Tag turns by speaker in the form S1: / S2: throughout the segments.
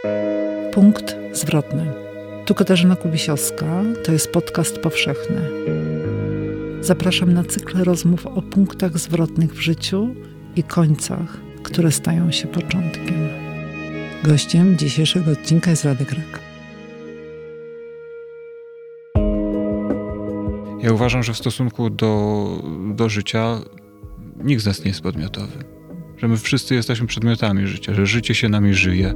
S1: Punkt zwrotny. Tu Katarzyna Kubisiowska, to jest podcast powszechny. Zapraszam na cykl rozmów o punktach zwrotnych w życiu i końcach, które stają się początkiem. Gościem dzisiejszego odcinka jest Radek Rak.
S2: Ja uważam, że w stosunku do życia nikt z nas nie jest podmiotowy. Że my wszyscy jesteśmy przedmiotami życia, że życie się nami żyje.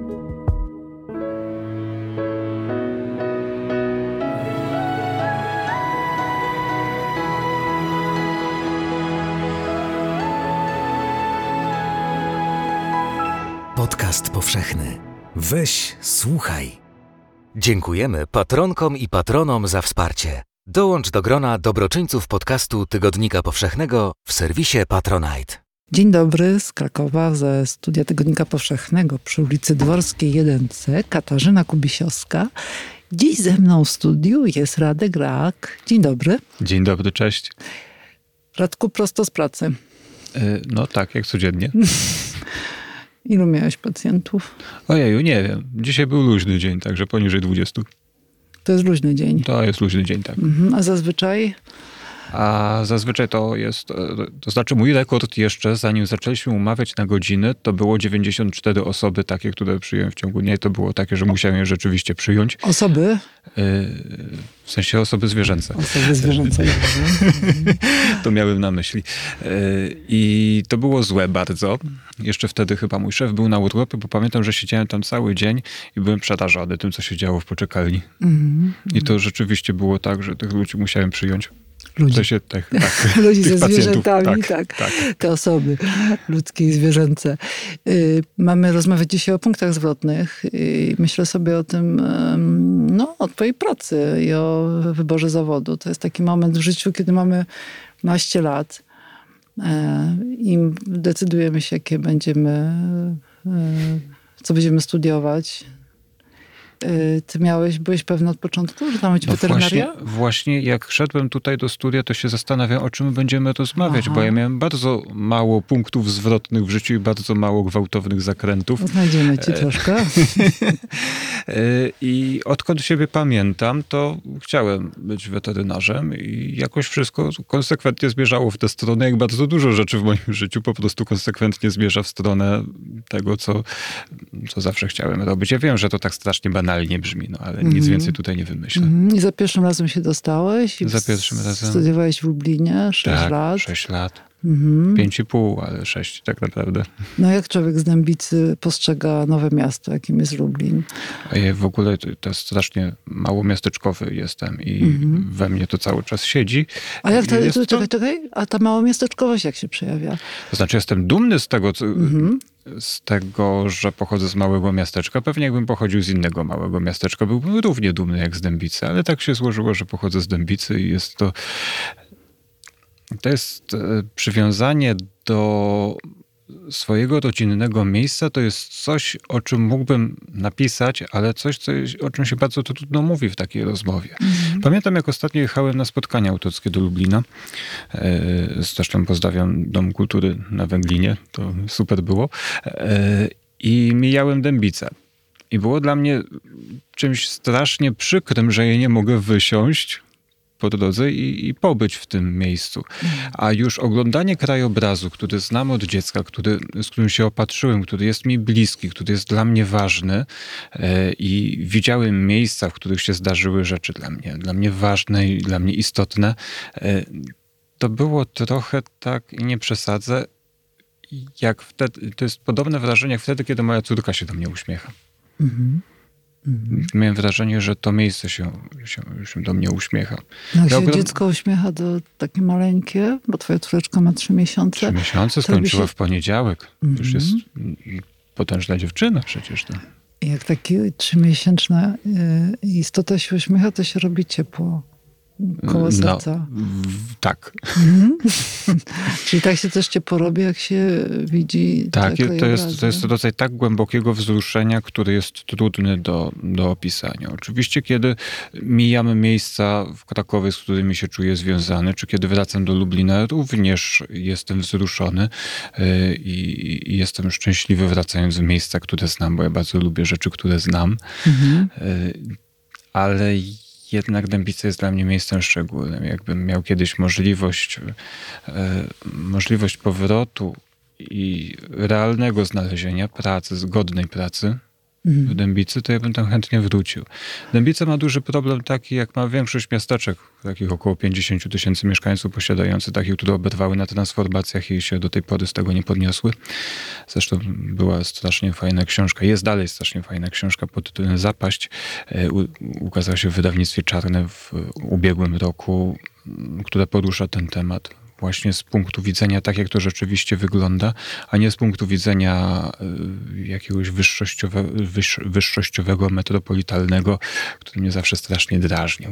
S3: Podcast powszechny. Weź, słuchaj. Dziękujemy patronkom i patronom za wsparcie. Dołącz do grona dobroczyńców podcastu Tygodnika Powszechnego w serwisie Patronite.
S1: Dzień dobry z Krakowa, ze studia Tygodnika Powszechnego przy ulicy Dworskiej 1C, Katarzyna Kubisiowska. Dziś ze mną w studiu jest Radek Rak. Dzień dobry.
S2: Dzień dobry, cześć.
S1: Radku, prosto z pracy.
S2: No tak, jak codziennie.
S1: Ilu miałeś pacjentów?
S2: Ojeju, nie wiem. Dzisiaj był luźny dzień, także poniżej 20.
S1: To jest luźny dzień.
S2: To jest luźny dzień, tak.
S1: A zazwyczaj?
S2: A zazwyczaj to znaczy mój rekord jeszcze, zanim zaczęliśmy umawiać na godziny, to było 94 osoby takie, które przyjąłem w ciągu dnia. To było takie, że musiałem je rzeczywiście przyjąć.
S1: Osoby?
S2: W sensie osoby zwierzęce.
S1: Osoby zwierzęce.
S2: To miałem na myśli. I to było złe bardzo. Jeszcze wtedy chyba mój szef był na urlopie, bo pamiętam, że siedziałem tam cały dzień i byłem przerażony tym, co się działo w poczekalni. I to rzeczywiście było tak, że tych ludzi musiałem przyjąć.
S1: Ludzi.
S2: W sensie, tak,
S1: Ludzi ze
S2: pacjentów.
S1: zwierzętami, tak. Te osoby ludzkie i zwierzęce. Mamy rozmawiać dzisiaj o punktach zwrotnych i myślę sobie o tym, o twojej pracy i o wyborze zawodu. To jest taki moment w życiu, kiedy mamy naście lat i decydujemy się, jakie będziemy, co będziemy studiować. Ty byłeś pewny od początku, że tam być weterynaria?
S2: Właśnie jak szedłem tutaj do studia, to się zastanawiam, o czym będziemy rozmawiać, bo ja miałem bardzo mało punktów zwrotnych w życiu i bardzo mało gwałtownych zakrętów.
S1: Znajdziemy ci troszkę.
S2: I odkąd siebie pamiętam, to chciałem być weterynarzem i jakoś wszystko konsekwentnie zmierzało w tę stronę, jak bardzo dużo rzeczy w moim życiu po prostu konsekwentnie zmierza w stronę tego, co zawsze chciałem robić. Ja wiem, że to tak strasznie banalnie brzmi, ale nic więcej tutaj nie wymyślę.
S1: I za pierwszym razem się dostałeś?
S2: Za pierwszym razem.
S1: Studiowałeś w Lublinie 6 lat?
S2: 6 lat. 5,5, ale 6 tak naprawdę.
S1: No jak człowiek z Dębicy postrzega nowe miasto, jakim jest Lublin?
S2: Ja w ogóle to strasznie mało miasteczkowy jestem i we mnie to cały czas siedzi.
S1: A jak czekaj, a ta małomiasteczkowość jak się przejawia?
S2: To znaczy jestem dumny z tego, z tego, że pochodzę z małego miasteczka. Pewnie jakbym pochodził z innego małego miasteczka, byłbym równie dumny jak z Dębicy, ale tak się złożyło, że pochodzę z Dębicy i to jest przywiązanie do swojego rodzinnego miejsca, to jest coś, o czym mógłbym napisać, ale coś, o czym się bardzo trudno mówi w takiej rozmowie. Pamiętam, jak ostatnio jechałem na spotkanie autorskie do Lublina. Zresztą pozdrawiam Dom Kultury na Węglinie. To super było. I mijałem Dębicę. I było dla mnie czymś strasznie przykrym, że ja nie mogę wysiąść po drodze i pobyć w tym miejscu. A już oglądanie krajobrazu, który znam od dziecka, z którym się opatrzyłem, który jest mi bliski, który jest dla mnie ważny i widziałem miejsca, w których się zdarzyły rzeczy dla mnie ważne i dla mnie istotne, to było trochę tak, i nie przesadzę, jak wtedy, to jest podobne wrażenie jak wtedy, kiedy moja córka się do mnie uśmiecha. Miałem wrażenie, że to miejsce się do mnie uśmiecha.
S1: Jak się dziecko uśmiecha, to takie maleńkie, bo twoja córeczka ma 3 miesiące.
S2: 3 miesiące, skończyła w poniedziałek. Już jest potężna dziewczyna przecież. To.
S1: Jak taka 3-miesięczna istota się uśmiecha, to się robi ciepło. koło serca.
S2: Tak.
S1: Czyli tak się też cię porobi, jak się widzi.
S2: Tak, to jest rodzaj tak głębokiego wzruszenia, który jest trudny do opisania. Oczywiście, kiedy mijamy miejsca w Krakowie, z którymi się czuję związany, czy kiedy wracam do Lublina, również jestem wzruszony i jestem szczęśliwy, wracając w miejsca, które znam, bo ja bardzo lubię rzeczy, które znam. Ale jednak Dębica jest dla mnie miejscem szczególnym. Jakbym miał kiedyś możliwość powrotu i realnego znalezienia pracy, zgodnej pracy w Dębicy, to ja bym tam chętnie wrócił. Dębica ma duży problem taki, jak ma większość miasteczek, takich około 50 000 mieszkańców posiadających, takich, które oberwały na transformacjach i się do tej pory z tego nie podniosły. Zresztą była strasznie fajna książka, jest dalej strasznie fajna książka pod tytułem Zapaść. Ukazała się w wydawnictwie Czarne w ubiegłym roku, która porusza ten temat. Właśnie z punktu widzenia tak, jak to rzeczywiście wygląda, a nie z punktu widzenia jakiegoś wyższościowego, metropolitalnego, który mnie zawsze strasznie drażnił.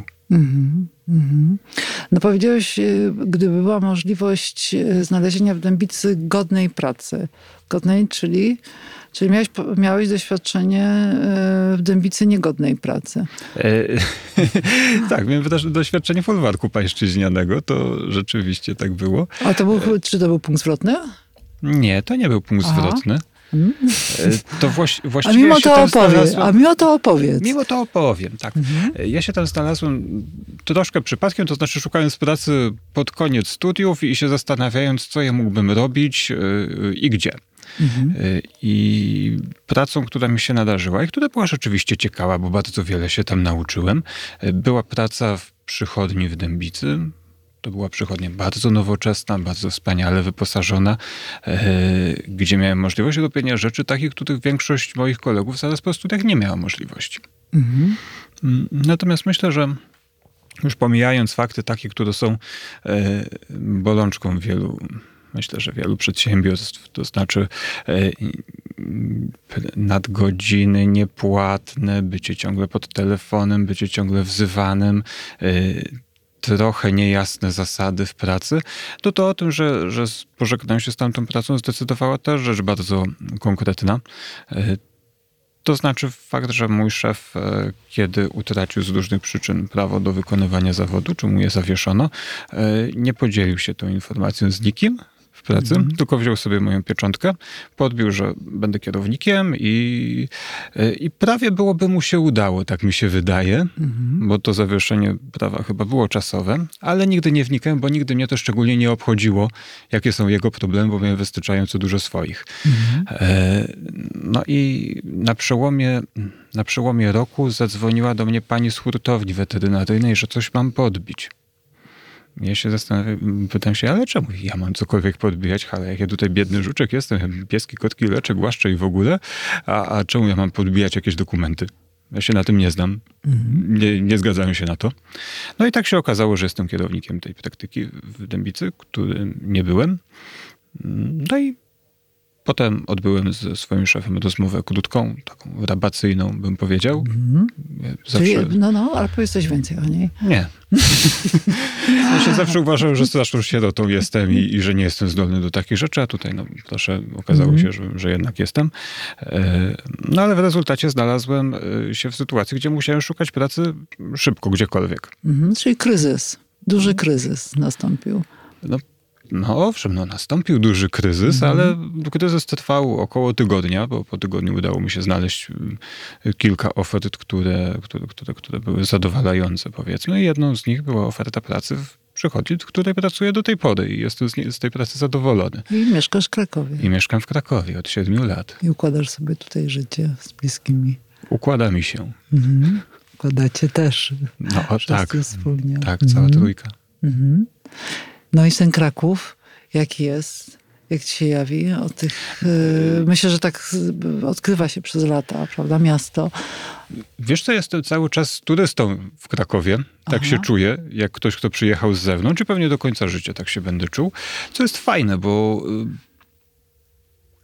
S1: No powiedziałeś, gdyby była możliwość znalezienia w Dębicy godnej pracy. Godnej, czyli miałeś doświadczenie w Dębicy niegodnej pracy.
S2: Tak, miałem doświadczenie folwarku pańszczyźnianego, to rzeczywiście tak było.
S1: A czy to był punkt zwrotny?
S2: Nie, to nie był punkt zwrotny. To właściwie
S1: a mimo to opowiedz.
S2: Mimo to opowiem, tak. Ja się tam znalazłem troszkę przypadkiem, to znaczy szukając pracy pod koniec studiów i się zastanawiając, co ja mógłbym robić i gdzie. I pracą, która mi się nadarzyła i która była rzeczywiście ciekawa, bo bardzo wiele się tam nauczyłem, była praca w przychodni w Dębicy. To była przychodnia bardzo nowoczesna, bardzo wspaniale wyposażona, gdzie miałem możliwość robienia rzeczy takich, których większość moich kolegów zaraz po studiach nie miała możliwości. Natomiast myślę, że już pomijając fakty takie, które są bolączką wielu przedsiębiorstw, to znaczy nadgodziny niepłatne, bycie ciągle pod telefonem, bycie ciągle wzywanym, trochę niejasne zasady w pracy, to o tym, że pożegnałem się z tamtą pracą, zdecydowała też rzecz bardzo konkretna. To znaczy fakt, że mój szef, kiedy utracił z różnych przyczyn prawo do wykonywania zawodu, czy mu je zawieszono, nie podzielił się tą informacją z nikim w pracy, tylko wziął sobie moją pieczątkę, podbił, że będę kierownikiem i prawie byłoby mu się udało, tak mi się wydaje, bo to zawieszenie prawa chyba było czasowe, ale nigdy nie wnikałem, bo nigdy mnie to szczególnie nie obchodziło, jakie są jego problemy, bo miałem wystarczająco dużo swoich. No i na przełomie roku zadzwoniła do mnie pani z hurtowni weterynaryjnej, że coś mam podbić. Ja się zastanawiam, pytam się, ale czemu ja mam cokolwiek podbijać? Ale jak ja tutaj biedny żuczek jestem, pieski, kotki leczę, głaszczę i w ogóle, a czemu ja mam podbijać jakieś dokumenty? Ja się na tym nie znam. Nie zgadzałem się na to. No i tak się okazało, że jestem kierownikiem tej praktyki w Dębicy, którym nie byłem. No i potem odbyłem ze swoim szefem rozmowę krótką, taką rabacyjną, bym powiedział.
S1: Zawsze... ale powiedz coś więcej o niej.
S2: Nie. Ja się zawsze uważałem, że straszną sierotą jestem i że nie jestem zdolny do takich rzeczy, a tutaj proszę, okazało się, że jednak jestem. No ale w rezultacie znalazłem się w sytuacji, gdzie musiałem szukać pracy szybko, gdziekolwiek.
S1: Czyli kryzys. Duży kryzys nastąpił.
S2: No owszem, nastąpił duży kryzys, ale kryzys trwał około tygodnia, bo po tygodniu udało mi się znaleźć kilka ofert, które były zadowalające, powiedzmy. I jedną z nich była oferta pracy w przychodni, w której pracuję do tej pory i jestem z tej pracy zadowolony.
S1: I mieszkasz w Krakowie.
S2: I mieszkam w Krakowie od 7 lat.
S1: I układasz sobie tutaj życie z bliskimi.
S2: Układa mi się.
S1: Układacie też.
S2: Tak.
S1: Wspólnie.
S2: Tak, cała trójka.
S1: No i ten Kraków, jaki jest? Jak ci się jawi? Myślę, że tak odkrywa się przez lata, prawda? Miasto.
S2: Wiesz co, jestem cały czas turystą w Krakowie. Tak się czuję, jak ktoś, kto przyjechał z zewnątrz i pewnie do końca życia tak się będę czuł. Co jest fajne, bo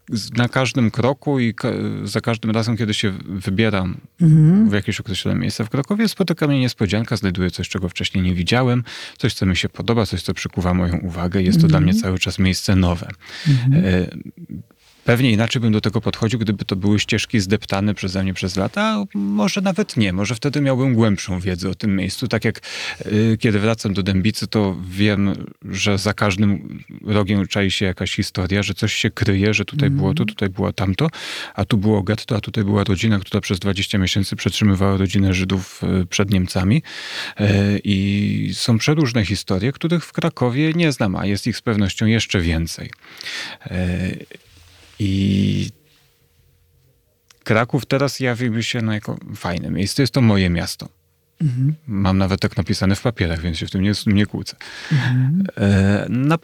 S2: na każdym kroku i za każdym razem, kiedy się wybieram w jakieś określone miejsce w Krakowie, spotyka mnie niespodzianka, znajduję coś, czego wcześniej nie widziałem, coś, co mi się podoba, coś, co przykuwa moją uwagę. Jest to dla mnie cały czas miejsce nowe. Pewnie inaczej bym do tego podchodził, gdyby to były ścieżki zdeptane przeze mnie przez lata, a może nawet nie. Może wtedy miałbym głębszą wiedzę o tym miejscu. Tak jak kiedy wracam do Dębicy, to wiem, że za każdym rogiem czai się jakaś historia, że coś się kryje, że tutaj było to, tutaj było tamto, a tu było getto, a tutaj była rodzina, która przez 20 miesięcy przetrzymywała rodzinę Żydów przed Niemcami. I są przeróżne historie, których w Krakowie nie znam, a jest ich z pewnością jeszcze więcej. I Kraków teraz jawi mi się jako fajne miejsce. Jest to moje miasto. Mam nawet tak napisane w papierach, więc się w tym nie kłócę. Na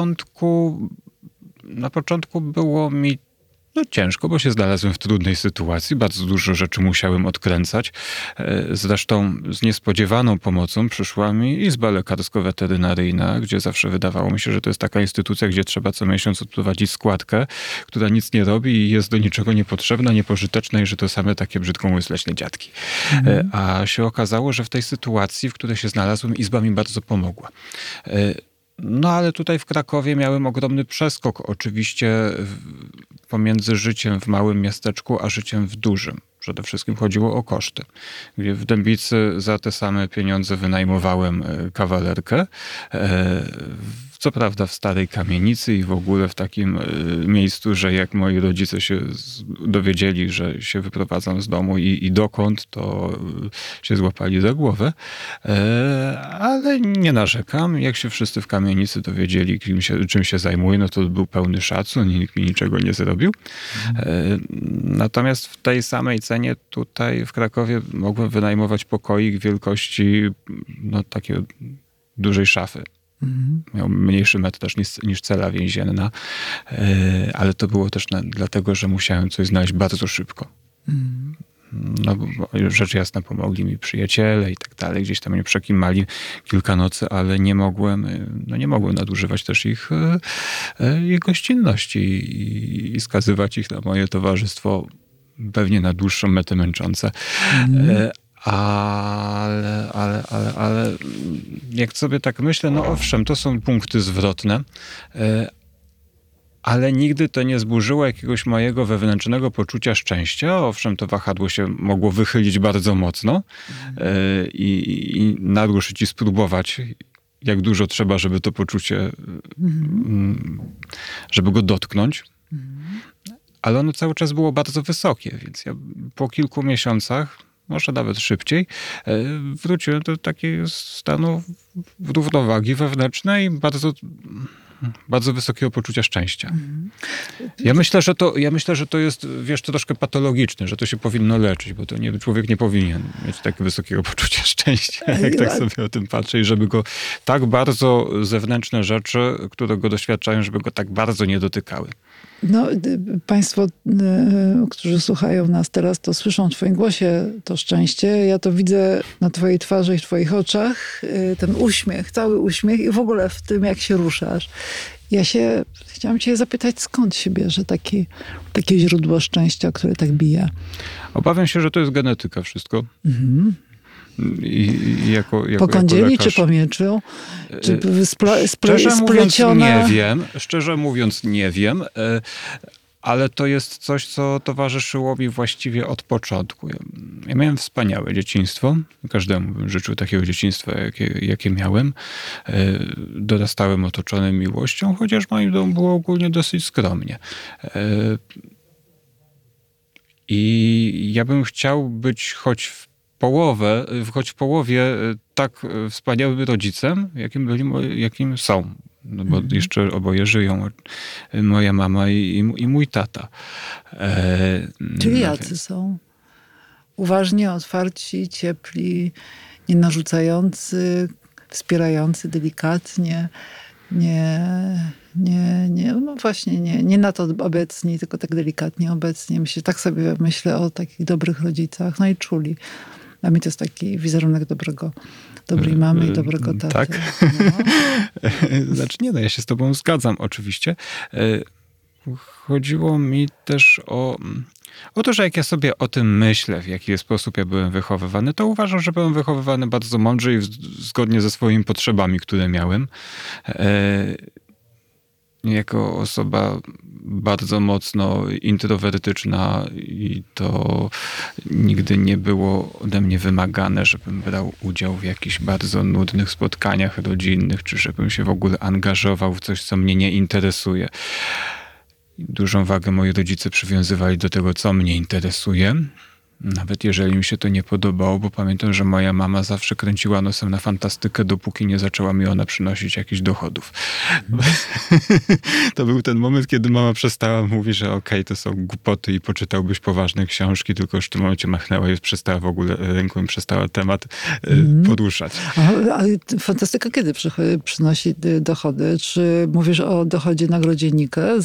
S2: początku było mi ciężko, bo się znalazłem w trudnej sytuacji. Bardzo dużo rzeczy musiałem odkręcać. Zresztą z niespodziewaną pomocą przyszła mi Izba Lekarsko-Weterynaryjna, gdzie zawsze wydawało mi się, że to jest taka instytucja, gdzie trzeba co miesiąc odprowadzić składkę, która nic nie robi i jest do niczego niepotrzebna, niepożyteczna i że to same takie brzydko mówiąc leśne dziadki. A się okazało, że w tej sytuacji, w której się znalazłem, Izba mi bardzo pomogła. No ale tutaj w Krakowie miałem ogromny przeskok oczywiście pomiędzy życiem w małym miasteczku, a życiem w dużym. Przede wszystkim chodziło o koszty. Gdzie w Dębicy za te same pieniądze wynajmowałem kawalerkę. Co prawda w starej kamienicy i w ogóle w takim miejscu, że jak moi rodzice się dowiedzieli, że się wyprowadzam z domu i dokąd, to się złapali za głowę. Ale nie narzekam. Jak się wszyscy w kamienicy dowiedzieli, czym się zajmuję, no to był pełny szacun i nikt mi niczego nie zrobił. Natomiast w tej samej cenie tutaj w Krakowie mogłem wynajmować pokoik wielkości takiej dużej szafy. Miał mniejszy metr też niż cela więzienna, ale to było też dlatego, że musiałem coś znaleźć bardzo szybko. No, bo rzecz jasna pomogli mi przyjaciele i tak dalej. Gdzieś tam mnie przekimali kilka nocy, ale nie mogłem nadużywać też ich gościnności i skazywać ich na moje towarzystwo pewnie na dłuższą metę męczące. Ale jak sobie tak myślę, no owszem, to są punkty zwrotne, ale nigdy to nie zburzyło jakiegoś mojego wewnętrznego poczucia szczęścia. Owszem, to wahadło się mogło wychylić bardzo mocno i naruszyć i spróbować, jak dużo trzeba, żeby to poczucie, żeby go dotknąć. Ale ono cały czas było bardzo wysokie, więc ja po kilku miesiącach, może nawet szybciej, wróciłem do takiego stanu równowagi wewnętrznej i bardzo wysokiego poczucia szczęścia. Ja myślę, że to jest, troszkę patologiczne, że to się powinno leczyć, bo to człowiek nie powinien mieć tak wysokiego poczucia szczęścia, jak tak sobie o tym patrzę i żeby go tak bardzo zewnętrzne rzeczy, które go doświadczają, żeby go tak bardzo nie dotykały.
S1: No, państwo, którzy słuchają nas teraz, to słyszą w twoim głosie to szczęście. Ja to widzę na twojej twarzy i w twoich oczach. Ten uśmiech, cały uśmiech i w ogóle w tym, jak się ruszasz. Chciałam cię zapytać, skąd się bierze takie źródło szczęścia, które tak bije?
S2: Obawiam się, że to jest genetyka wszystko.
S1: Po kądzieli czy po mieczu? Czy spleciona?
S2: Szczerze mówiąc nie wiem, ale to jest coś, co towarzyszyło mi właściwie od początku. Ja miałem wspaniałe dzieciństwo. Każdemu bym życzył takiego dzieciństwa, jakie miałem. Dorastałem otoczony miłością, chociaż w moim domu było ogólnie dosyć skromnie. I ja bym chciał być choć w połowie tak wspaniałym rodzicem, jakim są. No bo jeszcze oboje żyją. Moja mama i mój tata.
S1: Czyli jacy są? Uważni, otwarci, ciepli, nie narzucający, wspierający delikatnie, no właśnie, nie na to obecni, tylko tak delikatnie obecni. Tak sobie myślę o takich dobrych rodzicach, no i czuli. Dla mnie to jest taki wizerunek dobrej mamy i dobrego taty.
S2: Tak?
S1: No.
S2: Znaczy ja się z tobą zgadzam oczywiście. chodziło mi też o to, że jak ja sobie o tym myślę, w jaki sposób ja byłem wychowywany, to uważam, że byłem wychowywany bardzo mądrze i zgodnie ze swoimi potrzebami, które miałem. Jako osoba bardzo mocno introwertyczna i to nigdy nie było ode mnie wymagane, żebym brał udział w jakichś bardzo nudnych spotkaniach rodzinnych, czy żebym się w ogóle angażował w coś, co mnie nie interesuje. Dużą wagę moi rodzice przywiązywali do tego, co mnie interesuje. Nawet jeżeli mi się to nie podobało, bo pamiętam, że moja mama zawsze kręciła nosem na fantastykę, dopóki nie zaczęła mi ona przynosić jakichś dochodów. To był ten moment, kiedy mama przestała mówić, że okej, to są głupoty i poczytałbyś poważne książki, tylko już w tym momencie machnęła i przestała w ogóle ręką i przestała temat poruszać.
S1: A fantastyka kiedy przynosi dochody? Czy mówisz o dochodzie nagrodziennika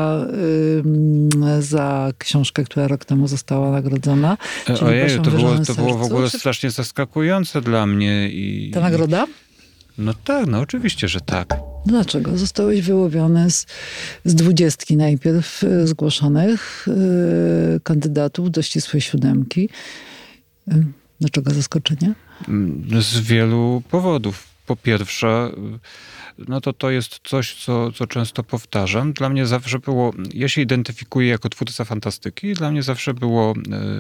S1: za książkę, która rok temu została nagrodzona?
S2: Ojej, to było w ogóle strasznie zaskakujące dla mnie.
S1: Ta nagroda?
S2: No tak, no oczywiście, że tak.
S1: Dlaczego? Zostałeś wyłowiony z 20 najpierw zgłoszonych kandydatów do ścisłej 7. Dlaczego zaskoczenie?
S2: Z wielu powodów. Po pierwsze, no to jest coś, co często powtarzam. Dla mnie zawsze było, ja się identyfikuję jako twórca fantastyki i dla mnie zawsze było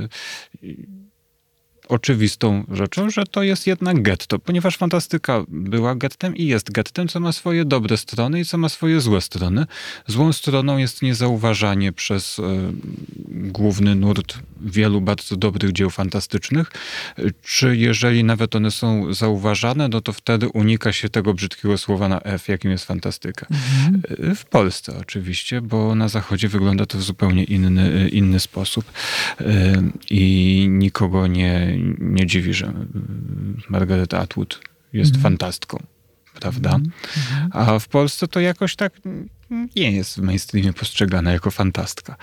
S2: oczywistą rzeczą, że to jest jednak getto, ponieważ fantastyka była gettem i jest gettem, co ma swoje dobre strony i co ma swoje złe strony. Złą stroną jest niezauważanie przez główny nurt wielu bardzo dobrych dzieł fantastycznych, czy jeżeli nawet one są zauważane, no to wtedy unika się tego brzydkiego słowa na F, jakim jest fantastyka. W Polsce oczywiście, bo na Zachodzie wygląda to w zupełnie inny sposób i nikogo nie dziwi, że Margaret Atwood jest fantastką, prawda? A w Polsce to jakoś tak nie jest w mainstreamie postrzegana jako fantastka.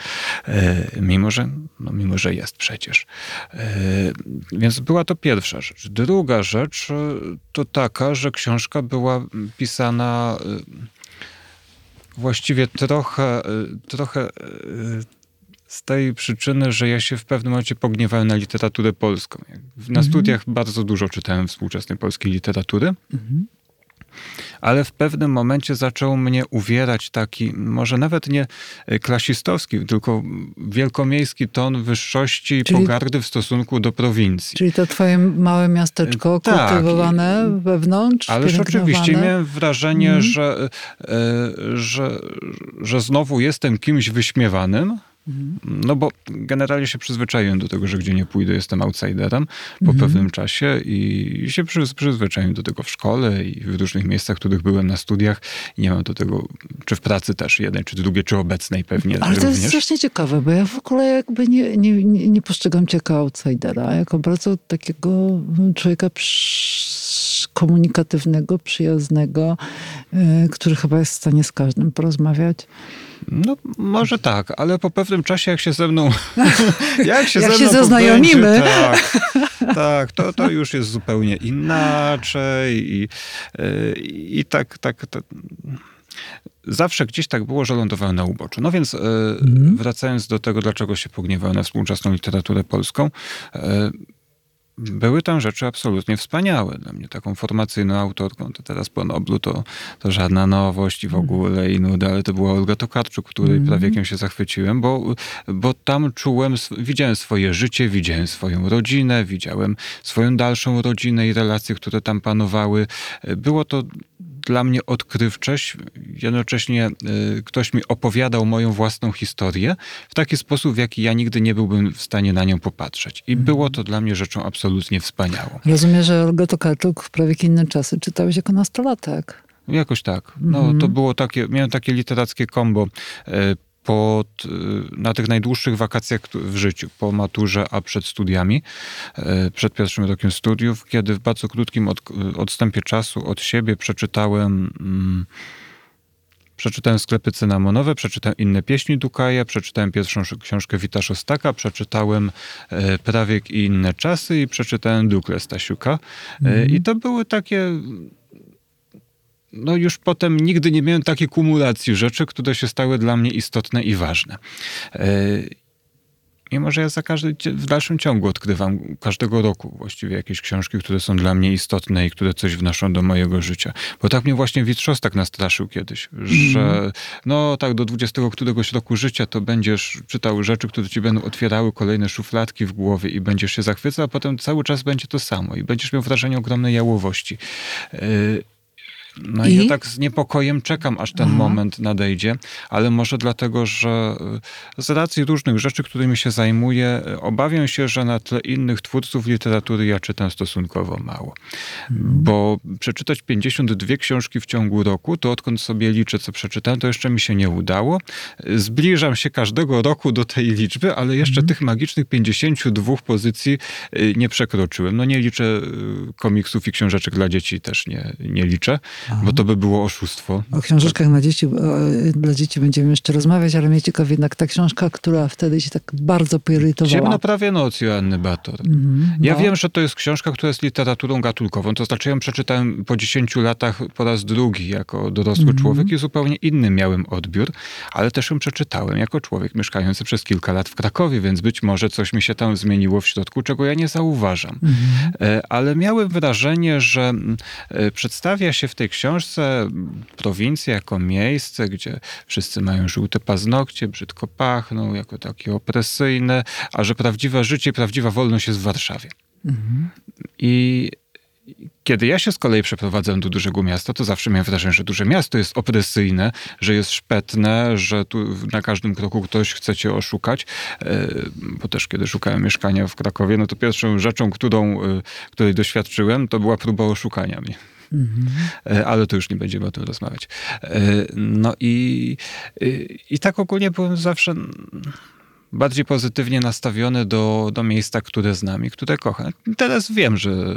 S2: Mimo że jest przecież. Więc była to pierwsza rzecz. Druga rzecz to taka, że książka była pisana właściwie trochę z tej przyczyny, że ja się w pewnym momencie pogniewałem na literaturę polską. Na studiach bardzo dużo czytałem współczesnej polskiej literatury, ale w pewnym momencie zaczął mnie uwierać taki, może nawet nie klasistowski, tylko wielkomiejski ton wyższości i pogardy w stosunku do prowincji.
S1: Czyli to twoje małe miasteczko kultywowane wewnątrz?
S2: Ależ oczywiście miałem wrażenie, że znowu jestem kimś wyśmiewanym, no bo generalnie się przyzwyczaiłem do tego, że gdzie nie pójdę, jestem outsiderem po pewnym czasie i się przyzwyczaiłem do tego w szkole i w różnych miejscach, w których byłem na studiach i nie mam do tego, czy w pracy też jednej, czy drugiej, czy obecnej pewnie
S1: ale
S2: również.
S1: To jest strasznie ciekawe, bo ja w ogóle jakby nie postrzegam cię jako outsidera, jako bardzo takiego człowieka komunikatywnego, przyjaznego, który chyba jest w stanie z każdym porozmawiać.
S2: No może tak, ale po pewnym czasie jak się ze mną
S1: jak się zaznajomimy,
S2: tak, to już jest zupełnie inaczej i tak zawsze gdzieś tak było, że lądowałem na uboczu. No więc wracając do tego, dlaczego się pogniewałem na współczesną literaturę polską, były tam rzeczy absolutnie wspaniałe. Dla mnie taką formacyjną autorką, to teraz po Noblu to żadna nowość i w ogóle i nuda, ale to była Olga Tokarczuk, której prawiekiem się zachwyciłem, bo tam widziałem swoje życie, widziałem swoją rodzinę, widziałem swoją dalszą rodzinę i relacje, które tam panowały. Było to dla mnie odkrywczość. Jednocześnie ktoś mi opowiadał moją własną historię w taki sposób, w jaki ja nigdy nie byłbym w stanie na nią popatrzeć. I było to dla mnie rzeczą absolutnie wspaniałą.
S1: Rozumiem, że Olga Tokarczuk w prawie inne czasy czytałeś jako nastolatek.
S2: Jakoś tak. No, to było miałem takie literackie kombo na tych najdłuższych wakacjach w życiu, po maturze, a przed studiami, przed pierwszym rokiem studiów, kiedy w bardzo krótkim odstępie czasu od siebie przeczytałem Sklepy cynamonowe, przeczytałem Inne pieśni Dukaja, przeczytałem pierwszą książkę Wita Szostaka, przeczytałem Prawiek i inne czasy i przeczytałem Duklę Stasiuka. I to były takie no już potem nigdy nie miałem takiej kumulacji rzeczy, które się stały dla mnie istotne i ważne. Mimo że ja w dalszym ciągu odkrywam każdego roku właściwie jakieś książki, które są dla mnie istotne i które coś wnoszą do mojego życia. Bo tak mnie właśnie Wit Szostak nastraszył kiedyś, że no tak do 20 któregoś roku życia to będziesz czytał rzeczy, które ci będą otwierały kolejne szufladki w głowie i będziesz się zachwycał, a potem cały czas będzie to samo i będziesz miał wrażenie ogromnej jałowości. No i ja tak z niepokojem czekam, aż ten moment nadejdzie, ale może dlatego, że z racji różnych rzeczy, którymi się zajmuję, obawiam się, że na tle innych twórców literatury ja czytam stosunkowo mało. Bo przeczytać 52 książki w ciągu roku, to odkąd sobie liczę, co przeczytałem, to jeszcze mi się nie udało. Zbliżam się każdego roku do tej liczby, ale jeszcze tych magicznych 52 pozycji nie przekroczyłem. No nie liczę komiksów i książeczek dla dzieci, też nie liczę. Bo to by było oszustwo.
S1: O książeczkach dla dzieci będziemy jeszcze rozmawiać, ale mnie ciekawi jednak ta książka, która wtedy się tak bardzo poirytowała.
S2: Ciemna prawie noc Joanny Bator. Ja wiem, że to jest książka, która jest literaturą gatunkową. To znaczy, ją przeczytałem po 10 latach po raz drugi jako dorosły człowiek i zupełnie inny miałem odbiór, ale też ją przeczytałem jako człowiek mieszkający przez kilka lat w Krakowie, więc być może coś mi się tam zmieniło w środku, czego ja nie zauważam. Ale miałem wrażenie, że przedstawia się w tej książce prowincja jako miejsce, gdzie wszyscy mają żółte paznokcie, brzydko pachną, jako takie opresyjne, a że prawdziwe życie, prawdziwa wolność jest w Warszawie. I kiedy ja się z kolei przeprowadzam do dużego miasta, to zawsze miałem wrażenie, że duże miasto jest opresyjne, że jest szpetne, że tu na każdym kroku ktoś chce cię oszukać. Bo też kiedy szukałem mieszkania w Krakowie, no to pierwszą rzeczą, której doświadczyłem, to była próba oszukania mnie. Ale to już nie będziemy o tym rozmawiać. No i tak ogólnie byłem zawsze bardziej pozytywnie nastawiony do miejsca, które znam i które kocham. Teraz wiem,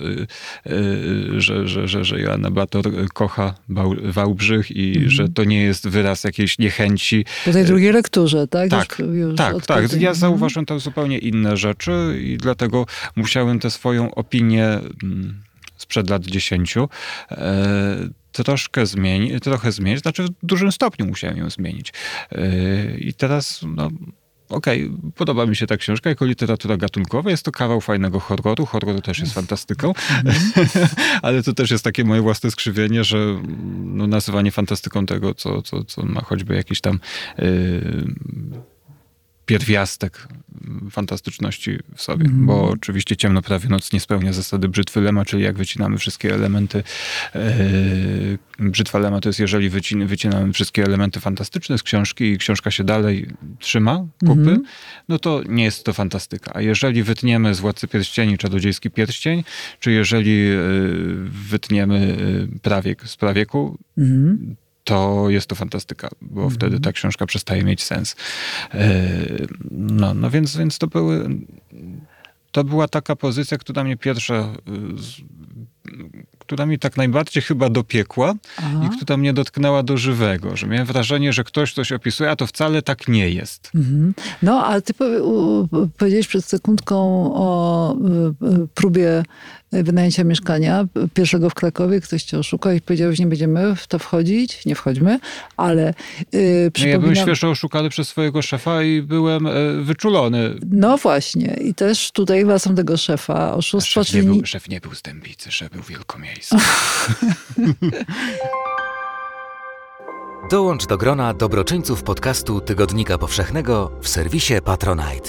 S2: że Joanna Bator kocha Wałbrzych i że to nie jest wyraz jakiejś niechęci.
S1: Po tej drugiej lekturze, tak?
S2: Tak. Ja zauważyłem tam zupełnie inne rzeczy i dlatego musiałem tę swoją opinię sprzed lat 10 trochę zmienić, znaczy w dużym stopniu musiałem ją zmienić. I teraz, podoba mi się ta książka jako literatura gatunkowa. Jest to kawał fajnego horroru. Horror też jest fantastyką. Ale to też jest takie moje własne skrzywienie, że nazywanie fantastyką tego, co ma choćby jakiś tam pierwiastek fantastyczności w sobie, bo oczywiście Ciemno prawie noc nie spełnia zasady brzytwy Lema, czyli jak wycinamy wszystkie elementy. Brzytwa Lema to jest, jeżeli wycinamy wszystkie elementy fantastyczne z książki i książka się dalej trzyma kupy, no to nie jest to fantastyka. A jeżeli wytniemy z Władcy Pierścieni Czarodziejski Pierścień, czy jeżeli wytniemy Prawiek z Prawieku, to jest to fantastyka, bo wtedy ta książka przestaje mieć sens. Więc to była taka pozycja, która mnie która mi tak najbardziej chyba dopiekła i która mnie dotknęła do żywego, że miałem wrażenie, że ktoś coś opisuje, a to wcale tak nie jest.
S1: No, ale ty powiedziałeś przed sekundką o próbie wynajęcia mieszkania pierwszego w Krakowie. Ktoś cię oszukał i powiedział, że nie będziemy w to wchodzić. Nie wchodźmy, ale
S2: Ja byłem świeżo oszukany przez swojego szefa i byłem wyczulony.
S1: No właśnie. I też tutaj wracam tego szefa. Oszustwo,
S2: Szef nie był z Dębicy, szef był wielkomiejski.
S3: Dołącz do grona dobroczyńców podcastu Tygodnika Powszechnego w serwisie Patronite.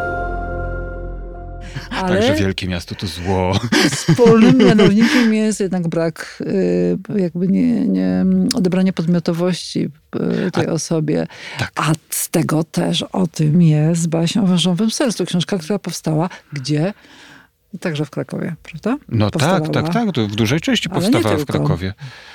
S1: Ale
S2: także wielkie miasto to zło.
S1: Wspólnym mianownikiem jest jednak brak, jakby nie odebranie podmiotowości tej osobie.
S2: Tak.
S1: A z tego też o tym jest Baśń o wężowym sercu. Książka, która powstała gdzie? Także w Krakowie, prawda?
S2: No tak. To w dużej części powstawała w Krakowie.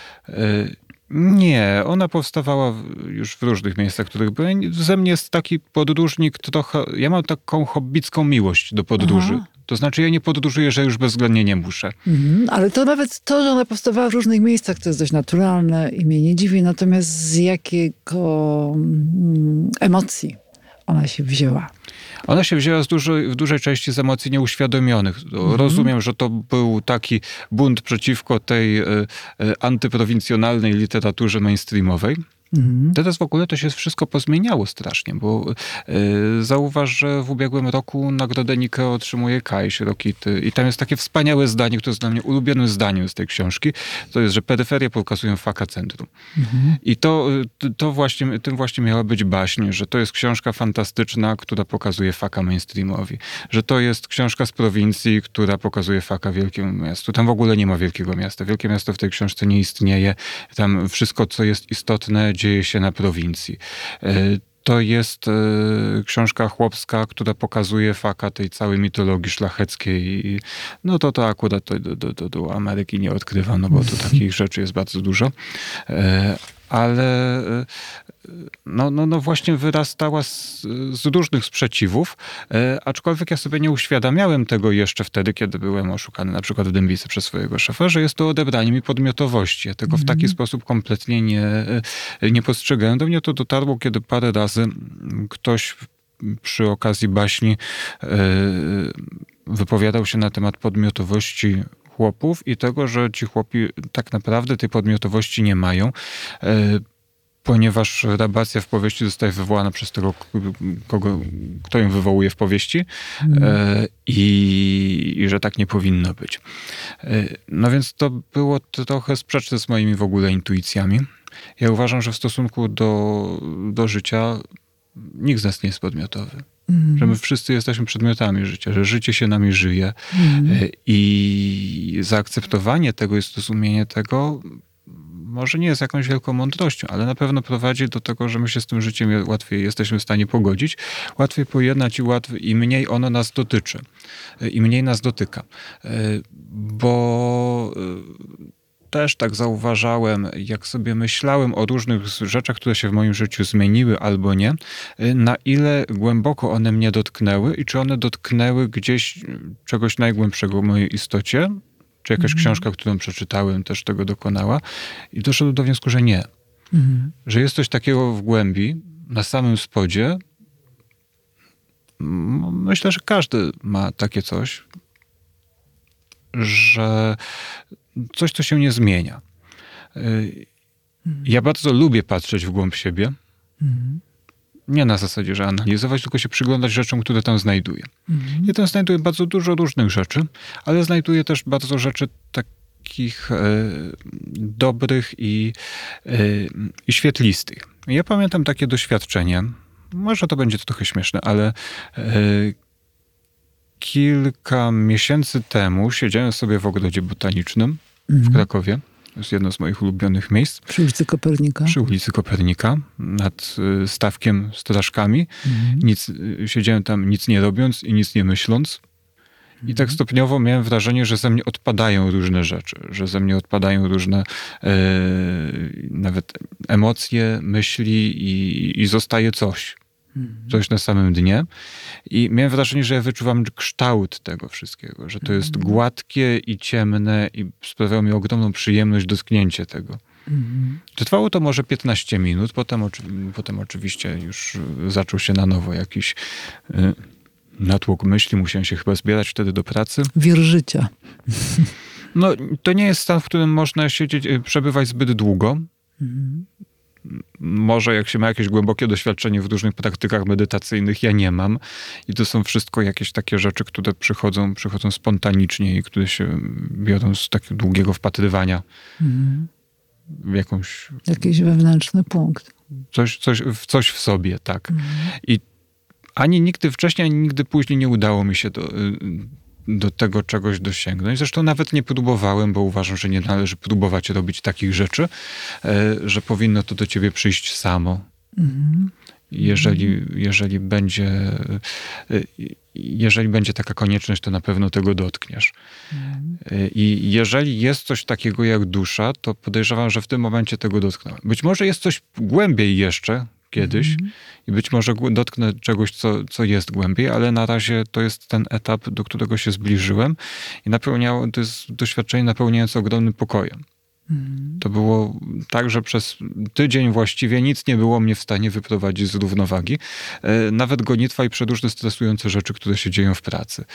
S2: Nie, ona powstawała już w różnych miejscach, w których byłem. Ze mnie jest taki podróżnik trochę... Ja mam taką hobbicką miłość do podróży. To znaczy ja nie podróżuję, że już bezwzględnie nie muszę.
S1: Ale to nawet to, że ona powstawała w różnych miejscach, to jest dość naturalne i mnie nie dziwi. Natomiast z jakiego emocji ona się wzięła?
S2: Ona się wzięła w dużej części z emocji nieuświadomionych. Rozumiem, że to był taki bunt przeciwko tej antyprowincjonalnej literaturze mainstreamowej. Teraz w ogóle to się wszystko pozmieniało strasznie, bo zauważ, że w ubiegłym roku nagrodę Nikeo otrzymuje Kaiś Rokity i tam jest takie wspaniałe zdanie, które jest dla mnie ulubionym zdaniem z tej książki, to jest, że peryferie pokazują faka centrum. I tym właśnie miała być baśń, że to jest książka fantastyczna, która pokazuje faka mainstreamowi, że to jest książka z prowincji, która pokazuje faka wielkiemu miastu. Tam w ogóle nie ma wielkiego miasta. Wielkie miasto w tej książce nie istnieje. Tam wszystko, co jest istotne, dzieje się na prowincji. To jest książka chłopska, która pokazuje faka tej całej mitologii szlacheckiej. No to akurat do Ameryki nie odkrywam, no bo tu takich rzeczy jest bardzo dużo. Ale no właśnie wyrastała z różnych sprzeciwów, aczkolwiek ja sobie nie uświadamiałem tego jeszcze wtedy, kiedy byłem oszukany na przykład w Dębicy przez swojego szefa, że jest to odebranie mi podmiotowości. Ja tego w taki sposób kompletnie nie postrzegałem. Do mnie to dotarło, kiedy parę razy ktoś przy okazji baśni wypowiadał się na temat podmiotowości chłopów i tego, że ci chłopi tak naprawdę tej podmiotowości nie mają, ponieważ rabacja w powieści zostaje wywołana przez tego, kto ją wywołuje w powieści i że tak nie powinno być. No więc to było trochę sprzeczne z moimi w ogóle intuicjami. Ja uważam, że w stosunku do życia nikt z nas nie jest podmiotowy. Że my wszyscy jesteśmy przedmiotami życia, że życie się nami żyje i zaakceptowanie tego i zrozumienie tego może nie jest jakąś wielką mądrością, ale na pewno prowadzi do tego, że my się z tym życiem łatwiej jesteśmy w stanie pogodzić, łatwiej pojednać i mniej ono nas dotyczy. I mniej nas dotyka. Bo też tak zauważałem, jak sobie myślałem o różnych rzeczach, które się w moim życiu zmieniły albo nie, na ile głęboko one mnie dotknęły i czy one dotknęły gdzieś czegoś najgłębszego w mojej istocie, czy jakaś książka, którą przeczytałem, też tego dokonała. I doszedłem do wniosku, że nie. Że jest coś takiego w głębi, na samym spodzie. Myślę, że każdy ma takie coś, że coś, co się nie zmienia. Ja bardzo lubię patrzeć w głąb siebie. Nie na zasadzie, że analizować, tylko się przyglądać rzeczom, które tam znajduję. Ja tam znajduję bardzo dużo różnych rzeczy, ale znajduję też bardzo rzeczy takich dobrych i świetlistych. Ja pamiętam takie doświadczenie, może to będzie trochę śmieszne, ale kilka miesięcy temu siedziałem sobie w ogrodzie botanicznym w Krakowie. To jest jedno z moich ulubionych miejsc.
S1: Przy ulicy Kopernika.
S2: Przy ulicy Kopernika, nad stawkiem strażkami. Siedziałem tam nic nie robiąc i nic nie myśląc. I tak stopniowo miałem wrażenie, że ze mnie odpadają różne rzeczy. Że ze mnie odpadają różne nawet emocje, myśli i zostaje coś. Coś na samym dnie. I miałem wrażenie, że ja wyczuwam kształt tego wszystkiego. Że to jest gładkie i ciemne i sprawiało mi ogromną przyjemność dotknięcie tego. Trwało to może 15 minut. Potem oczywiście już zaczął się na nowo jakiś natłok myśli. Musiałem się chyba zbierać wtedy do pracy.
S1: Wir życia.
S2: No, to nie jest stan, w którym można przebywać zbyt długo. Może jak się ma jakieś głębokie doświadczenie w różnych praktykach medytacyjnych, ja nie mam. I to są wszystko jakieś takie rzeczy, które przychodzą spontanicznie i które się biorą z takiego długiego wpatrywania w
S1: jakiś wewnętrzny punkt.
S2: Coś w sobie, tak. I ani nigdy wcześniej, ani nigdy później nie udało mi się do tego czegoś dosięgnąć. Zresztą nawet nie próbowałem, bo uważam, że nie należy próbować robić takich rzeczy, że powinno to do ciebie przyjść samo. Jeżeli będzie taka konieczność, to na pewno tego dotkniesz. I jeżeli jest coś takiego jak dusza, to podejrzewam, że w tym momencie tego dotknąłem. Być może jest coś głębiej jeszcze kiedyś i być może dotknę czegoś, co jest głębiej, ale na razie to jest ten etap, do którego się zbliżyłem i to jest doświadczenie napełniające ogromnym pokojem. To było tak, że przez tydzień właściwie nic nie było mnie w stanie wyprowadzić z równowagi. Nawet gonitwa i przeróżne stresujące rzeczy, które się dzieją w pracy.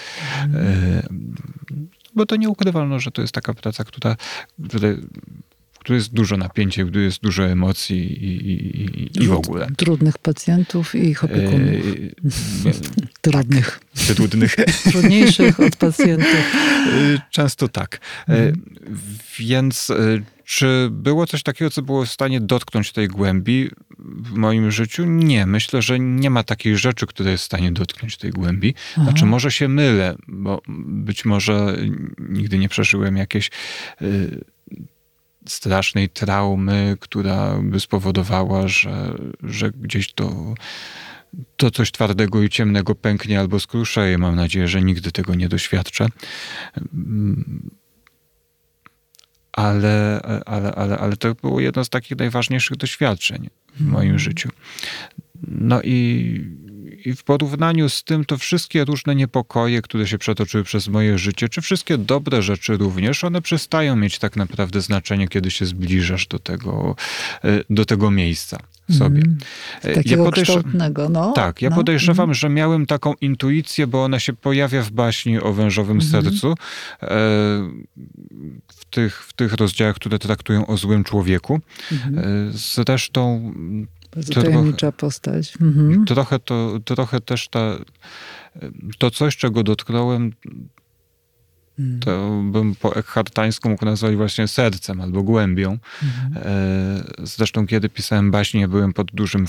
S2: Bo to nie ukrywalno, że to jest taka praca, która jest dużo napięcia, gdy jest dużo emocji i w ogóle.
S1: Trudnych pacjentów i ich opiekunów. Trudnych. Trudniejszych od pacjentów.
S2: Często tak. Więc czy było coś takiego, co było w stanie dotknąć tej głębi w moim życiu? Nie. Myślę, że nie ma takiej rzeczy, która jest w stanie dotknąć tej głębi. Znaczy, może się mylę, bo być może nigdy nie przeżyłem jakiejś strasznej traumy, która by spowodowała, że gdzieś to coś twardego i ciemnego pęknie albo skruszeje. Mam nadzieję, że nigdy tego nie doświadczę. Ale to było jedno z takich najważniejszych doświadczeń w moim życiu. No i w porównaniu z tym, to wszystkie różne niepokoje, które się przetoczyły przez moje życie, czy wszystkie dobre rzeczy również, one przestają mieć tak naprawdę znaczenie, kiedy się zbliżasz do tego miejsca sobie.
S1: Takiego kształtnego, no.
S2: Tak, ja podejrzewam, że miałem taką intuicję, bo ona się pojawia w baśni o wężowym sercu, w tych rozdziałach, które traktują o złym człowieku. Zresztą
S1: bardzo tajemnicza postać.
S2: Trochę też to coś, czego dotknąłem, to bym po ekhartańsku mógł nazwać właśnie sercem albo głębią. Zresztą kiedy pisałem baśnie, byłem pod dużym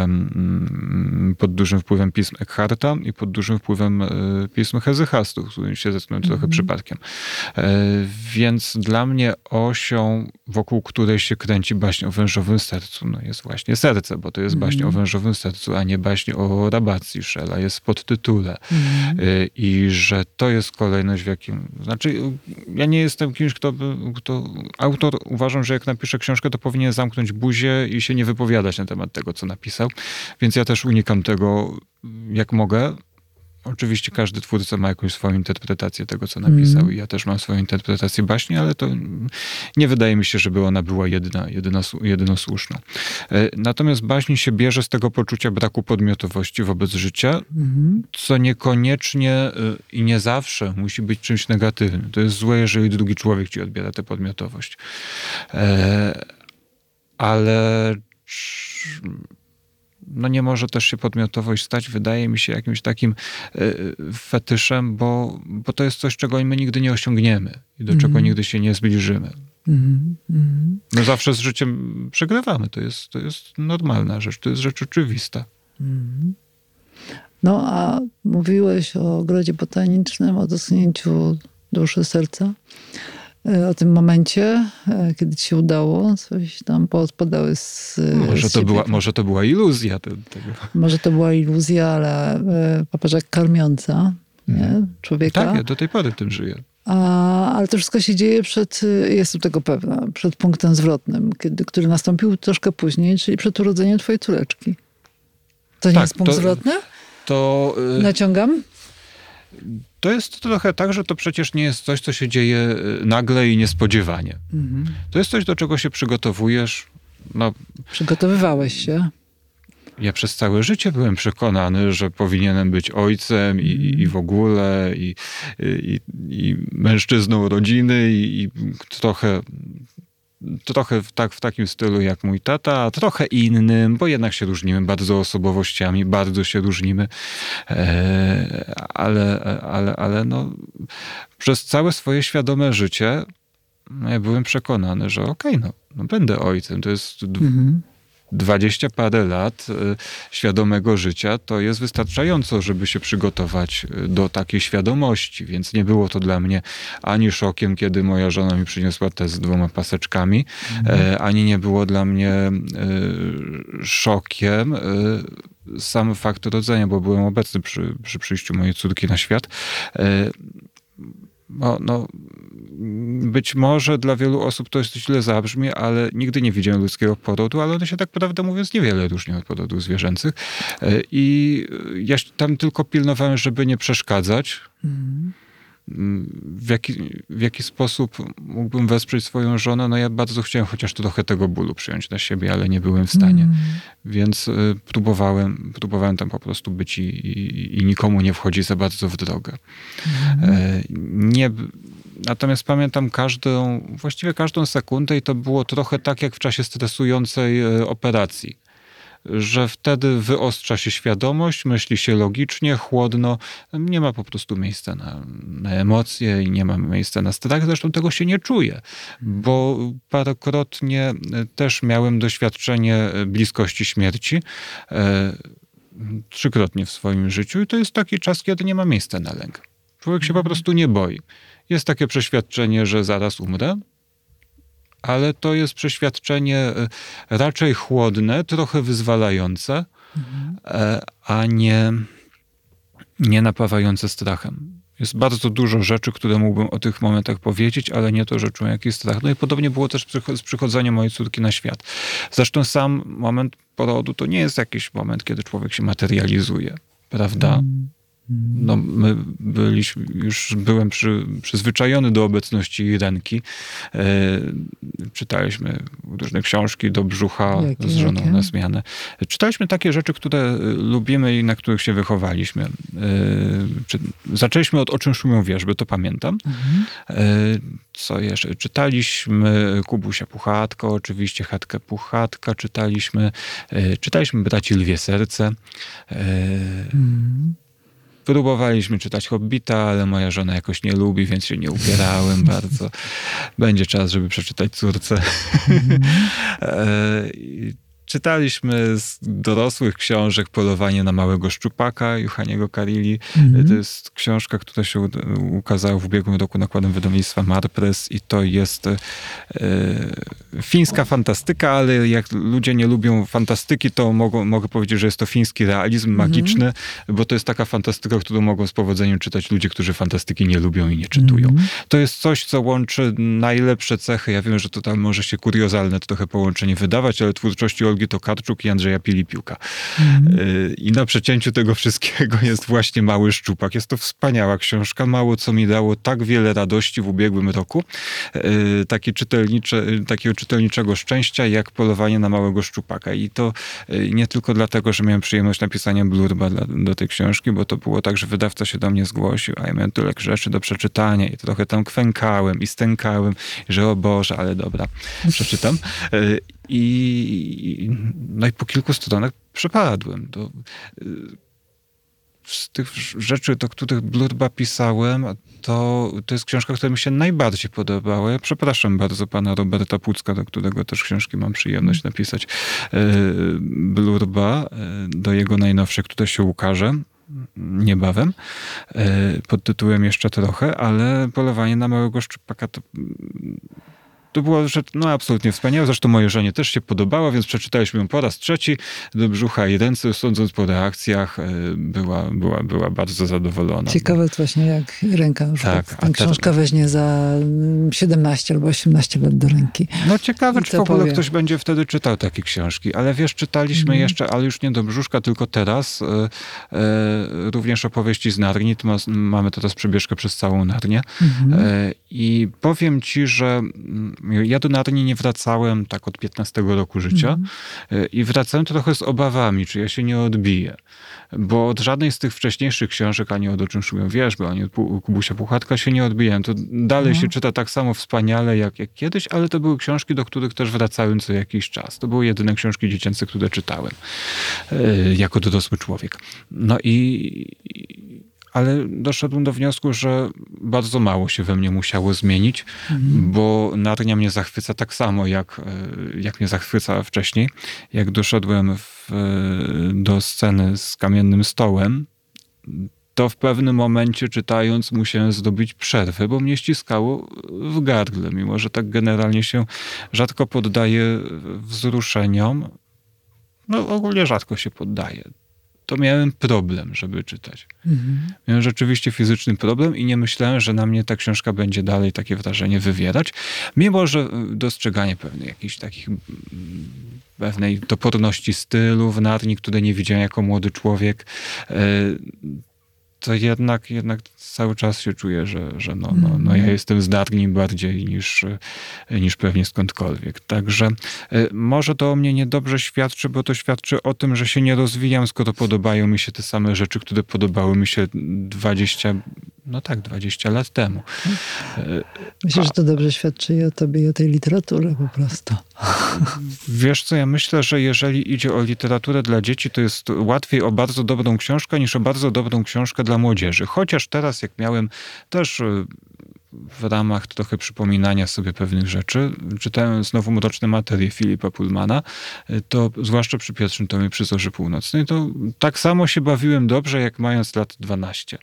S2: wpływem pism Eckharta i pod dużym wpływem pism Hezychastu, z którym się zetknąłem trochę przypadkiem. Więc dla mnie osią, wokół której się kręci baśń o wężowym sercu, no jest właśnie serce, bo to jest baśń o wężowym sercu, a nie baśń o rabacji Shella, jest w podtytule. I że to jest kolejność, w jakim... Znaczy, ja nie jestem kimś, kto autor, uważam, że jak napisze książkę, to powinien zamknąć buzię i się nie wypowiadać na temat tego, co napisał. Więc ja też unikam tego, jak mogę. Oczywiście każdy twórca ma jakąś swoją interpretację tego, co napisał i ja też mam swoją interpretację baśni, ale to nie wydaje mi się, żeby ona była jedyną słuszną. Natomiast baśń się bierze z tego poczucia braku podmiotowości wobec życia, co niekoniecznie i nie zawsze musi być czymś negatywnym. To jest złe, jeżeli drugi człowiek ci odbiera tę podmiotowość. Ale no nie może też się podmiotowość stać, wydaje mi się, jakimś takim fetyszem, bo to jest coś, czego my nigdy nie osiągniemy i do czego nigdy się nie zbliżymy. My zawsze z życiem przegrywamy. To jest normalna rzecz, to jest rzecz oczywista.
S1: No a mówiłeś o ogrodzie botanicznym, o dotknięciu duszy, serca. O tym momencie, kiedy ci się udało, coś tam podały
S2: Może to była iluzja tego.
S1: Może to była iluzja, ale papieżak karmiąca człowieka.
S2: Tak, ja do tej pory tym żyję.
S1: Ale to wszystko się dzieje jestem tego pewna, przed punktem zwrotnym, który nastąpił troszkę później, czyli przed urodzeniem twojej córeczki. To nie jest punkt zwrotny? Naciągam?
S2: To jest trochę tak, że to przecież nie jest coś, co się dzieje nagle i niespodziewanie. To jest coś, do czego się przygotowujesz. No,
S1: przygotowywałeś się.
S2: Ja przez całe życie byłem przekonany, że powinienem być ojcem i w ogóle i mężczyzną rodziny i trochę w takim stylu jak mój tata, a trochę innym, bo jednak się różnimy bardzo osobowościami, bardzo się różnimy, ale no, przez całe swoje świadome życie ja byłem przekonany, że no będę ojcem. To jest 20 parę lat świadomego życia, to jest wystarczająco, żeby się przygotować do takiej świadomości, więc nie było to dla mnie ani szokiem, kiedy moja żona mi przyniosła test z 2 paseczkami, ani nie było dla mnie szokiem sam fakt rodzenia, bo byłem obecny przy przyjściu mojej córki na świat. Być może dla wielu osób to źle zabrzmi, ale nigdy nie widziałem ludzkiego porodu, ale one się tak prawdę mówiąc niewiele różnią od porodów zwierzęcych. I ja tam tylko pilnowałem, żeby nie przeszkadzać. w jaki sposób mógłbym wesprzeć swoją żonę? No ja bardzo chciałem chociaż trochę tego bólu przyjąć na siebie, ale nie byłem w stanie. Więc próbowałem tam po prostu być i nikomu nie wchodzi za bardzo w drogę. Natomiast pamiętam właściwie każdą sekundę i to było trochę tak jak w czasie stresującej operacji. Że wtedy wyostrza się świadomość, myśli się logicznie, chłodno. Nie ma po prostu miejsca na emocje i nie ma miejsca na strach. Zresztą tego się nie czuję, bo parokrotnie też miałem doświadczenie bliskości śmierci. 3-krotnie w swoim życiu i to jest taki czas, kiedy nie ma miejsca na lęk. Człowiek się po prostu nie boi. Jest takie przeświadczenie, że zaraz umrę, ale to jest przeświadczenie raczej chłodne, trochę wyzwalające, a nie napawające strachem. Jest bardzo dużo rzeczy, które mógłbym o tych momentach powiedzieć, ale nie to, że czułem jakiś strach. No i podobnie było też z przychodzeniem mojej córki na świat. Zresztą sam moment porodu to nie jest jakiś moment, kiedy człowiek się materializuje, prawda? No, byłem przyzwyczajony do obecności Irenki. Czytaliśmy różne książki do brzucha z żoną na zmianę. Czytaliśmy takie rzeczy, które lubimy i na których się wychowaliśmy. Zaczęliśmy od O czym szumią wierzby, to pamiętam. Co jeszcze? Czytaliśmy Kubusia Puchatka, oczywiście Chatkę Puchatka. Czytaliśmy Braci Lwie Serce. Próbowaliśmy czytać Hobbita, ale moja żona jakoś nie lubi, więc się nie upierałem bardzo. Będzie czas, żeby przeczytać córce. Czytaliśmy z dorosłych książek Polowanie na małego szczupaka Juhaniego Carilli. To jest książka, która się ukazała w ubiegłym roku nakładem wydawnictwa Marpress i to jest fińska fantastyka, ale jak ludzie nie lubią fantastyki, to mogę powiedzieć, że jest to fiński realizm magiczny, bo to jest taka fantastyka, którą mogą z powodzeniem czytać ludzie, którzy fantastyki nie lubią i nie czytują. To jest coś, co łączy najlepsze cechy. Ja wiem, że to tam może się kuriozalne trochę połączenie wydawać, ale twórczości Olgi Tokarczuk i Andrzeja Pilipiuka. I na przecięciu tego wszystkiego jest właśnie Mały Szczupak. Jest to wspaniała książka. Mało co mi dało tak wiele radości w ubiegłym roku. Takiego czytelniczego szczęścia, jak Polowanie na małego szczupaka. I to nie tylko dlatego, że miałem przyjemność napisania blurba do tej książki, bo to było tak, że wydawca się do mnie zgłosił, a ja miałem tyle rzeczy do przeczytania i trochę tam kwękałem i stękałem, że o Boże, ale dobra, przeczytam. No i po kilku stronach przepadłem. Z tych rzeczy, do których blurba pisałem, to jest książka, która mi się najbardziej podobała. Ja przepraszam bardzo pana Roberta Pucka, do którego też książki mam przyjemność napisać blurba do jego najnowszej, która się ukaże niebawem, pod tytułem Jeszcze trochę, ale Polowanie na małego szczupaka to była rzecz absolutnie wspaniała. Zresztą mojej żonie też się podobała, więc przeczytaliśmy ją po raz trzeci do brzucha i ręce. Sądząc po reakcjach, była bardzo zadowolona.
S1: Ciekawe to właśnie, jak ręka tę książkę weźmie za 17 albo 18 lat do ręki.
S2: No ciekawe, czy w ogóle ktoś będzie wtedy czytał takie książki. Ale wiesz, czytaliśmy jeszcze, ale już nie do brzuszka, tylko teraz również opowieści z Narni. Mamy teraz przebieżkę przez całą Narnię. I powiem ci, że ja do Narni nie wracałem tak od 15 roku życia i wracałem trochę z obawami, czy ja się nie odbiję. Bo od żadnej z tych wcześniejszych książek, ani od O czym szumią wierzby, ani od Kubusia Puchatka się nie odbiłem. To dalej się czyta tak samo wspaniale jak kiedyś, ale to były książki, do których też wracałem co jakiś czas. To były jedyne książki dziecięce, które czytałem jako dorosły człowiek. No ale doszedłem do wniosku, że bardzo mało się we mnie musiało zmienić, bo Narnia mnie zachwyca tak samo, jak mnie zachwycała wcześniej. Jak doszedłem do sceny z kamiennym stołem, to w pewnym momencie czytając musiałem zdobyć przerwę, bo mnie ściskało w gardle, mimo że tak generalnie się rzadko poddaję wzruszeniom. No ogólnie rzadko się poddaję. To miałem problem, żeby czytać. Miałem rzeczywiście fizyczny problem i nie myślałem, że na mnie ta książka będzie dalej takie wrażenie wywierać. Mimo że dostrzeganie pewnej toporności stylu w Narni, które nie widziałem jako młody człowiek, to jednak cały czas się czuję, że ja jestem zdarni bardziej niż pewnie skądkolwiek. Także może to o mnie niedobrze świadczy, bo to świadczy o tym, że się nie rozwijam, skoro podobają mi się te same rzeczy, które podobały mi się 20 lat temu.
S1: Myślę, że to dobrze świadczy i o tobie, i o tej literaturze po prostu.
S2: Wiesz co, ja myślę, że jeżeli idzie o literaturę dla dzieci, to jest łatwiej o bardzo dobrą książkę niż o bardzo dobrą książkę dla młodzieży. Chociaż teraz, jak miałem też w ramach trochę przypominania sobie pewnych rzeczy, czytałem znowu Mroczne materie Philippa Pullmana, to zwłaszcza przy pierwszym tomie Przy zorzy północnej, to tak samo się bawiłem dobrze, jak mając lat 12.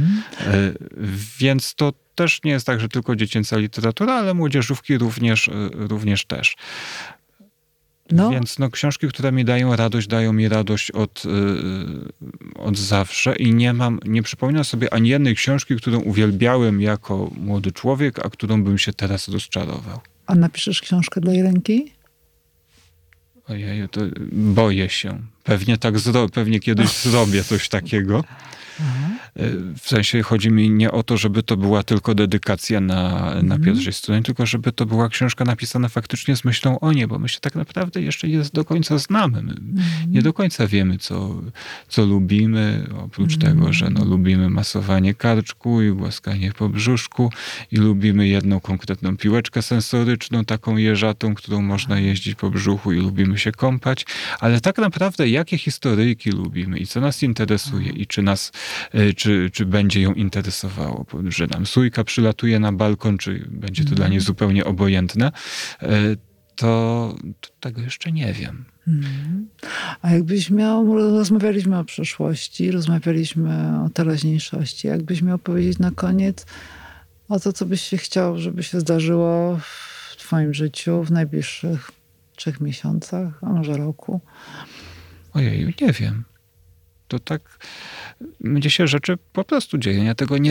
S2: Więc to też nie jest tak, że tylko dziecięca literatura, ale młodzieżówki również też. Więc książki, które mi dają mi radość od zawsze i nie przypominam sobie ani jednej książki, którą uwielbiałem jako młody człowiek, a którą bym się teraz rozczarował.
S1: A napiszesz książkę dla Irenki?
S2: Ojej, to boję się. Pewnie kiedyś zrobię coś takiego. W sensie chodzi mi nie o to, żeby to była tylko dedykacja na pierwszej stronie, tylko żeby to była książka napisana faktycznie z myślą o niej, bo my się tak naprawdę jeszcze nie do końca znamy. My nie do końca wiemy, co lubimy, oprócz tego, że lubimy masowanie karczku i głaskanie po brzuszku i lubimy jedną konkretną piłeczkę sensoryczną, taką jeżatą, którą można jeździć po brzuchu i lubimy się kąpać, ale tak naprawdę jakie historyjki lubimy i co nas interesuje i czy będzie ją interesowało, że nam sójka przylatuje na balkon, czy będzie to dla niej zupełnie obojętne, to tego jeszcze nie wiem.
S1: A rozmawialiśmy o przyszłości, rozmawialiśmy o teraźniejszości, jakbyś miał powiedzieć na koniec o to, co byś się chciał, żeby się zdarzyło w twoim życiu w najbliższych 3 miesiącach, a może roku?
S2: Ojej, nie wiem. To tak będzie się rzeczy po prostu dzieją. Ja tego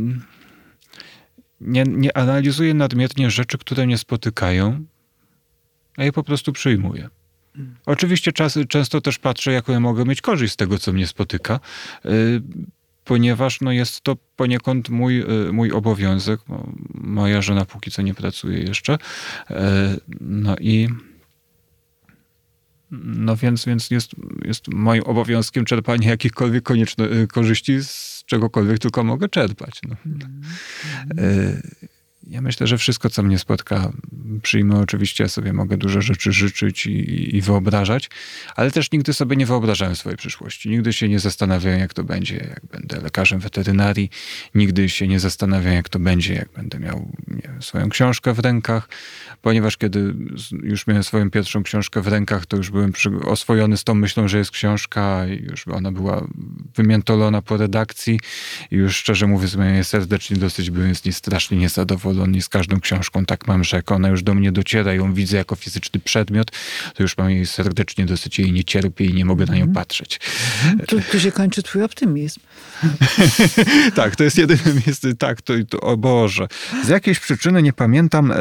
S2: nie analizuję nadmiernie rzeczy, które mnie spotykają, a je po prostu przyjmuję. Oczywiście często też patrzę, jaką ja mogę mieć korzyść z tego, co mnie spotyka, ponieważ jest to poniekąd mój obowiązek. Moja żona póki co nie pracuje jeszcze. Więc jest moim obowiązkiem czerpanie jakichkolwiek korzyści z czegokolwiek tylko mogę czerpać. Ja myślę, że wszystko, co mnie spotka, przyjmę. Oczywiście ja sobie mogę dużo rzeczy życzyć i wyobrażać, ale też nigdy sobie nie wyobrażałem swojej przyszłości. Nigdy się nie zastanawiałem, jak to będzie, jak będę lekarzem weterynarii. Nigdy się nie zastanawiałem, jak to będzie, jak będę miał swoją książkę w rękach, ponieważ kiedy już miałem swoją pierwszą książkę w rękach, to już byłem oswojony z tą myślą, że jest książka i już ona była wymiętolona po redakcji i już szczerze mówiąc, ja serdecznie dosyć byłem z niej strasznie niezadowolony z każdą książką. Tak mam, że jak ona już do mnie dociera, ją widzę jako fizyczny przedmiot, to już mam jej serdecznie dosyć, jej nie cierpię i nie mogę na nią patrzeć.
S1: Tu się kończy twój optymizm.
S2: Tak, to jest jedyne miejsce, o Boże. Z jakiejś przyczyny, nie pamiętam,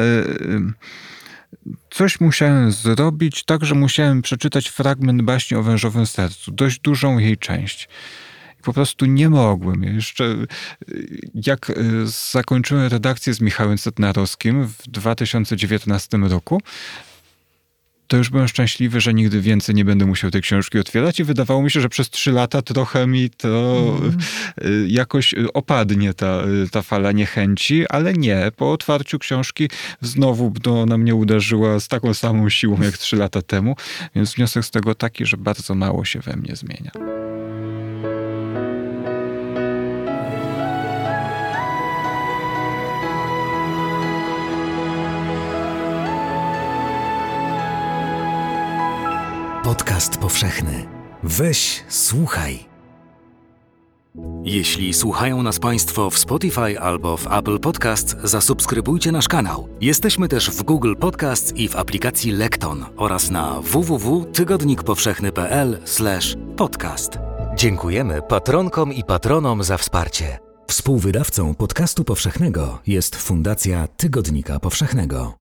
S2: coś musiałem zrobić, tak, że musiałem przeczytać fragment baśni o wężowym sercu, dość dużą jej część. Po prostu nie mogłem. Jeszcze jak zakończyłem redakcję z Michałem Setnarowskim w 2019 roku, to już byłem szczęśliwy, że nigdy więcej nie będę musiał tej książki otwierać i wydawało mi się, że przez 3 lata trochę mi to jakoś opadnie ta fala niechęci, ale nie. Po otwarciu książki znowu ona mnie uderzyła z taką samą siłą jak 3 lata temu, więc wniosek z tego taki, że bardzo mało się we mnie zmienia.
S3: Podcast powszechny. Weź, słuchaj. Jeśli słuchają nas Państwo w Spotify albo w Apple Podcasts, zasubskrybujcie nasz kanał. Jesteśmy też w Google Podcasts i w aplikacji Lekton oraz na www.tygodnikpowszechny.pl/podcast. Dziękujemy patronkom i patronom za wsparcie. Współwydawcą podcastu powszechnego jest Fundacja Tygodnika Powszechnego.